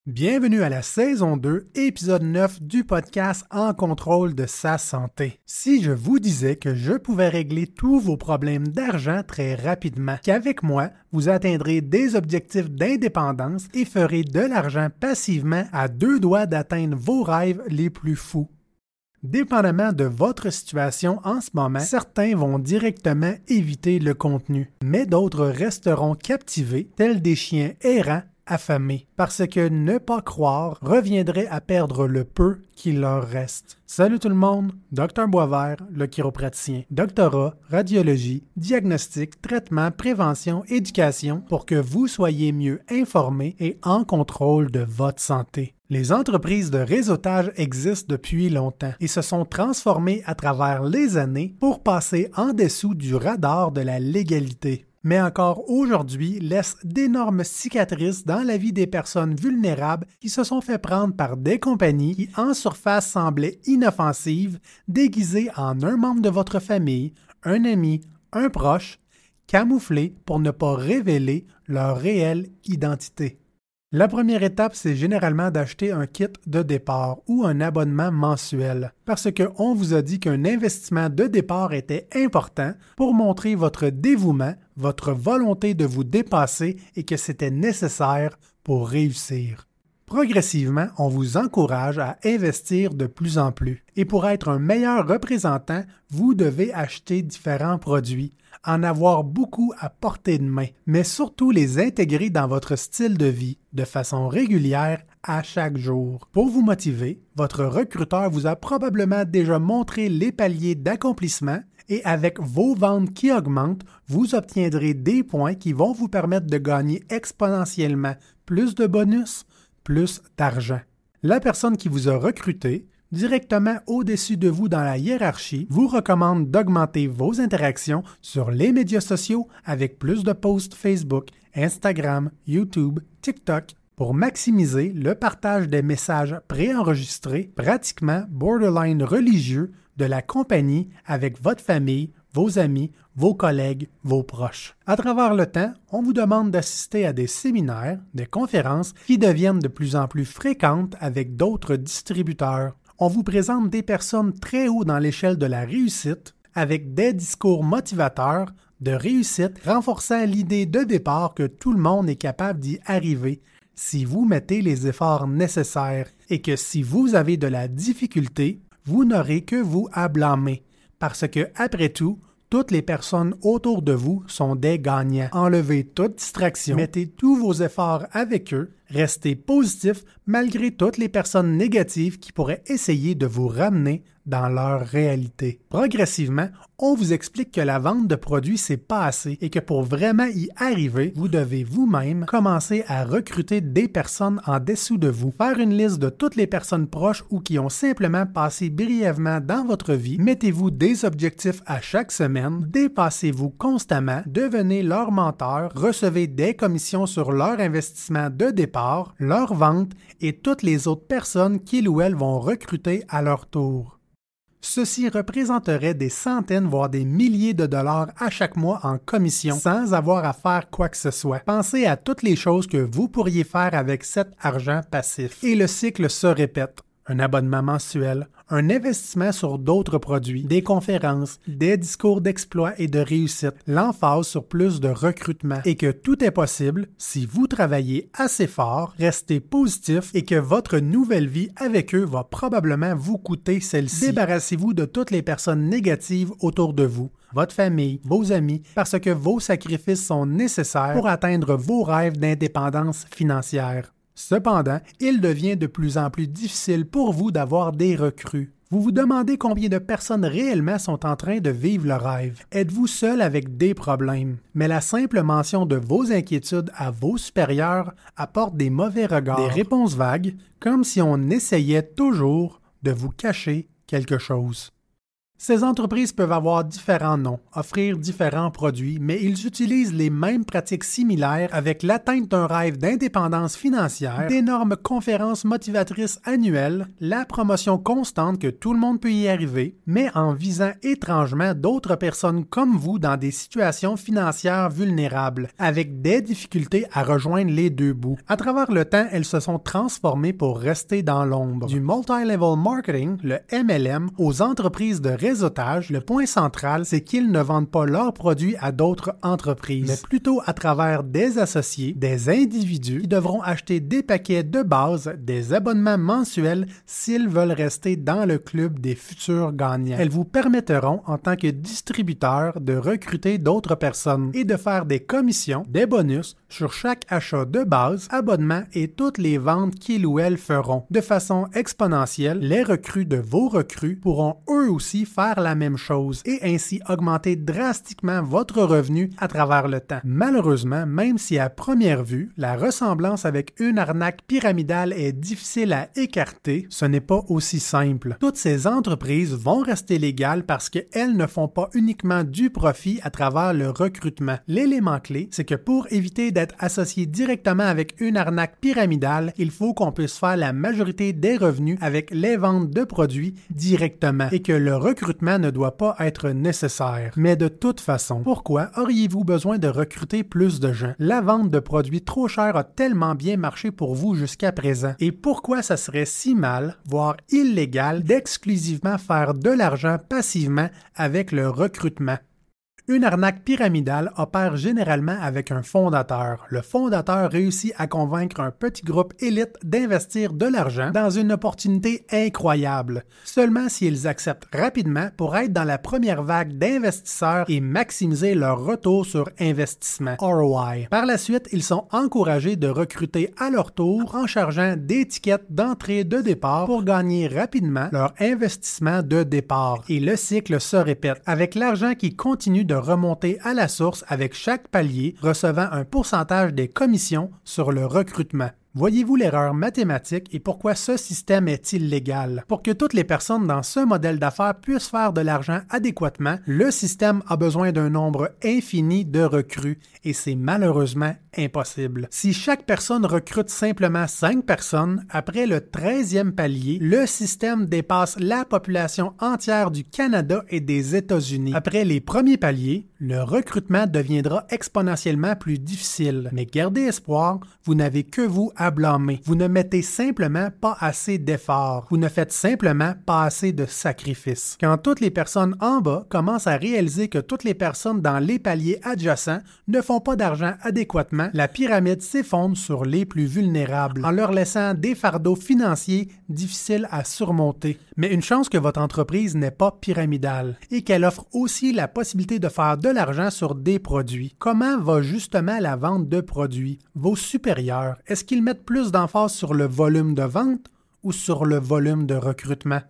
Bienvenue à la saison 2, épisode 9 du podcast En contrôle de sa santé. Si je vous disais que je pouvais régler tous vos problèmes d'argent très rapidement, qu'avec moi, vous atteindrez des objectifs d'indépendance et ferez de l'argent passivement à deux doigts d'atteindre vos rêves les plus fous. Dépendamment de votre situation en ce moment, certains vont directement éviter le contenu, mais d'autres resteront captivés, tels des chiens errants affamés, parce que ne pas croire reviendrait à perdre le peu qu'il leur reste. Salut tout le monde, Dr Boisvert, le chiropraticien. Doctorat, radiologie, diagnostic, traitement, prévention, éducation, pour que vous soyez mieux informés et en contrôle de votre santé. Les entreprises de réseautage existent depuis longtemps et se sont transformées à travers les années pour passer en dessous du radar de la légalité. Mais encore aujourd'hui, laissent d'énormes cicatrices dans la vie des personnes vulnérables qui se sont fait prendre par des compagnies qui, en surface, semblaient inoffensives, déguisées en un membre de votre famille, un ami, un proche, camouflés pour ne pas révéler leur réelle identité. La première étape, c'est généralement d'acheter un kit de départ ou un abonnement mensuel, parce qu'on vous a dit qu'un investissement de départ était important pour montrer votre dévouement, votre volonté de vous dépasser et que c'était nécessaire pour réussir. Progressivement, on vous encourage à investir de plus en plus. Et pour être un meilleur représentant, vous devez acheter différents produits, en avoir beaucoup à portée de main, mais surtout les intégrer dans votre style de vie de façon régulière à chaque jour. Pour vous motiver, votre recruteur vous a probablement déjà montré les paliers d'accomplissement et avec vos ventes qui augmentent, vous obtiendrez des points qui vont vous permettre de gagner exponentiellement plus de bonus, plus d'argent. La personne qui vous a recruté, directement au-dessus de vous dans la hiérarchie, vous recommande d'augmenter vos interactions sur les médias sociaux avec plus de posts Facebook, Instagram, YouTube, TikTok pour maximiser le partage des messages préenregistrés, pratiquement borderline religieux, de la compagnie avec votre famille, vos amis, vos collègues, vos proches. À travers le temps, on vous demande d'assister à des séminaires, des conférences qui deviennent de plus en plus fréquentes avec d'autres distributeurs. On vous présente des personnes très haut dans l'échelle de la réussite, avec des discours motivateurs de réussite renforçant l'idée de départ que tout le monde est capable d'y arriver si vous mettez les efforts nécessaires et que si vous avez de la difficulté, vous n'aurez que vous à blâmer. Parce que, après tout, toutes les personnes autour de vous sont des gagnants. Enlevez toute distraction, mettez tous vos efforts avec eux, restez positif malgré toutes les personnes négatives qui pourraient essayer de vous ramener dans leur réalité. Progressivement, on vous explique que la vente de produits, c'est pas assez et que pour vraiment y arriver, vous devez vous-même commencer à recruter des personnes en dessous de vous, faire une liste de toutes les personnes proches ou qui ont simplement passé brièvement dans votre vie, mettez-vous des objectifs à chaque semaine, dépassez-vous constamment, devenez leur mentor, recevez des commissions sur leur investissement de départ, leur vente et toutes les autres personnes qu'ils ou elles vont recruter à leur tour. Ceci représenterait des centaines, voire des milliers de dollars à chaque mois en commission sans avoir à faire quoi que ce soit. Pensez à toutes les choses que vous pourriez faire avec cet argent passif. Et le cycle se répète. Un abonnement mensuel, un investissement sur d'autres produits, des conférences, des discours d'exploit et de réussite, l'emphase sur plus de recrutement et que tout est possible si vous travaillez assez fort, restez positif et que votre nouvelle vie avec eux va probablement vous coûter celle-ci. Débarrassez-vous de toutes les personnes négatives autour de vous, votre famille, vos amis, parce que vos sacrifices sont nécessaires pour atteindre vos rêves d'indépendance financière. Cependant, il devient de plus en plus difficile pour vous d'avoir des recrues. Vous vous demandez combien de personnes réellement sont en train de vivre le rêve. Êtes-vous seul avec des problèmes? Mais la simple mention de vos inquiétudes à vos supérieurs apporte des mauvais regards, des réponses vagues, comme si on essayait toujours de vous cacher quelque chose. Ces entreprises peuvent avoir différents noms, offrir différents produits, mais ils utilisent les mêmes pratiques similaires avec l'atteinte d'un rêve d'indépendance financière, d'énormes conférences motivatrices annuelles, la promotion constante que tout le monde peut y arriver, mais en visant étrangement d'autres personnes comme vous dans des situations financières vulnérables, avec des difficultés à rejoindre les deux bouts. À travers le temps, elles se sont transformées pour rester dans l'ombre. Du multi-level marketing, le MLM, aux entreprises de réseautage, le point central, c'est qu'ils ne vendent pas leurs produits à d'autres entreprises, mais plutôt à travers des associés, des individus qui devront acheter des paquets de base, des abonnements mensuels s'ils veulent rester dans le club des futurs gagnants. Elles vous permettront, en tant que distributeur, de recruter d'autres personnes et de faire des commissions, des bonus sur chaque achat de base, abonnement et toutes les ventes qu'ils ou elles feront. De façon exponentielle, les recrues de vos recrues pourront eux aussi faire la même chose et ainsi augmenter drastiquement votre revenu à travers le temps. Malheureusement, même si à première vue, la ressemblance avec une arnaque pyramidale est difficile à écarter, ce n'est pas aussi simple. Toutes ces entreprises vont rester légales parce qu'elles ne font pas uniquement du profit à travers le recrutement. L'élément clé, c'est que pour éviter d'être associé directement avec une arnaque pyramidale, il faut qu'on puisse faire la majorité des revenus avec les ventes de produits directement et que le recrutement ne doit pas être nécessaire. Mais de toute façon, pourquoi auriez-vous besoin de recruter plus de gens? La vente de produits trop chers a tellement bien marché pour vous jusqu'à présent. Et pourquoi ça serait si mal, voire illégal, d'exclusivement faire de l'argent passivement avec le recrutement? Une arnaque pyramidale opère généralement avec un fondateur. Le fondateur réussit à convaincre un petit groupe élite d'investir de l'argent dans une opportunité incroyable, seulement s'ils acceptent rapidement pour être dans la première vague d'investisseurs et maximiser leur retour sur investissement, ROI. Par la suite, ils sont encouragés de recruter à leur tour en chargeant des tickets d'entrée de départ pour gagner rapidement leur investissement de départ. Et le cycle se répète, avec l'argent qui continue de remonter à la source avec chaque palier, recevant un pourcentage des commissions sur le recrutement. Voyez-vous l'erreur mathématique et pourquoi ce système est illégal? Pour que toutes les personnes dans ce modèle d'affaires puissent faire de l'argent adéquatement, le système a besoin d'un nombre infini de recrues et c'est malheureusement impossible. Si chaque personne recrute simplement 5 personnes, après le 13e palier, le système dépasse la population entière du Canada et des États-Unis. Après les premiers paliers, le recrutement deviendra exponentiellement plus difficile. Mais gardez espoir, vous n'avez que vous à blâmer. Vous ne mettez simplement pas assez d'efforts. Vous ne faites simplement pas assez de sacrifices. Quand toutes les personnes en bas commencent à réaliser que toutes les personnes dans les paliers adjacents ne font pas d'argent adéquatement, la pyramide s'effondre sur les plus vulnérables en leur laissant des fardeaux financiers difficiles à surmonter. Mais une chance que votre entreprise n'est pas pyramidale et qu'elle offre aussi la possibilité de faire de l'argent sur des produits. Comment va justement la vente de produits? Vos supérieurs, est-ce qu'ils mettent plus d'emphase sur le volume de vente ou sur le volume de recrutement?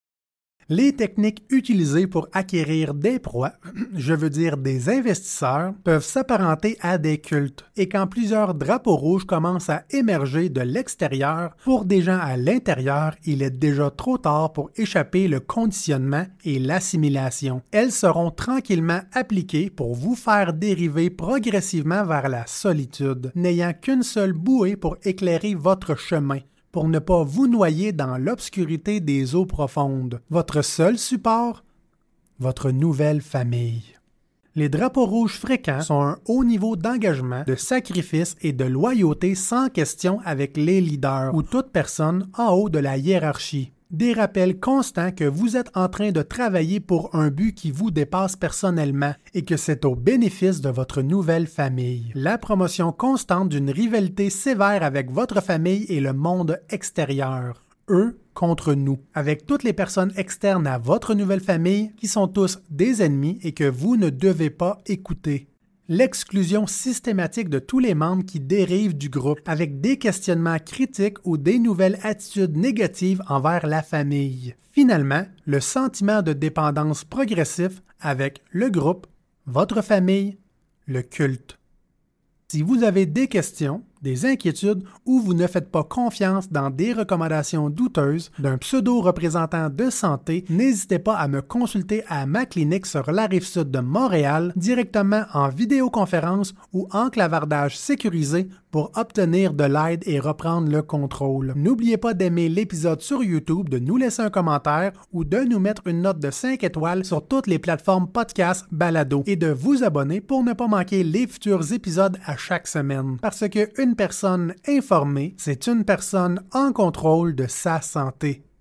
Les techniques utilisées pour acquérir des proies, je veux dire des investisseurs, peuvent s'apparenter à des cultes. Et quand plusieurs drapeaux rouges commencent à émerger de l'extérieur, pour des gens à l'intérieur, il est déjà trop tard pour échapper le conditionnement et l'assimilation. Elles seront tranquillement appliquées pour vous faire dériver progressivement vers la solitude, n'ayant qu'une seule bouée pour éclairer votre chemin, pour ne pas vous noyer dans l'obscurité des eaux profondes. Votre seul support, votre nouvelle famille. Les drapeaux rouges fréquents sont un haut niveau d'engagement, de sacrifice et de loyauté sans question avec les leaders ou toute personne en haut de la hiérarchie. Des rappels constants que vous êtes en train de travailler pour un but qui vous dépasse personnellement et que c'est au bénéfice de votre nouvelle famille. La promotion constante d'une rivalité sévère avec votre famille et le monde extérieur. Eux contre nous, avec toutes les personnes externes à votre nouvelle famille qui sont tous des ennemis et que vous ne devez pas écouter. L'exclusion systématique de tous les membres qui dérivent du groupe avec des questionnements critiques ou des nouvelles attitudes négatives envers la famille. Finalement, le sentiment de dépendance progressif avec le groupe, votre famille, le culte. Si vous avez des questions, des inquiétudes ou vous ne faites pas confiance dans des recommandations douteuses d'un pseudo-représentant de santé, n'hésitez pas à me consulter à ma clinique sur la Rive-Sud de Montréal, directement en vidéoconférence ou en clavardage sécurisé pour obtenir de l'aide et reprendre le contrôle. N'oubliez pas d'aimer l'épisode sur YouTube, de nous laisser un commentaire ou de nous mettre une note de 5 étoiles sur toutes les plateformes podcast balado et de vous abonner pour ne pas manquer les futurs épisodes à chaque semaine. Parce qu'une personne informée, c'est une personne en contrôle de sa santé.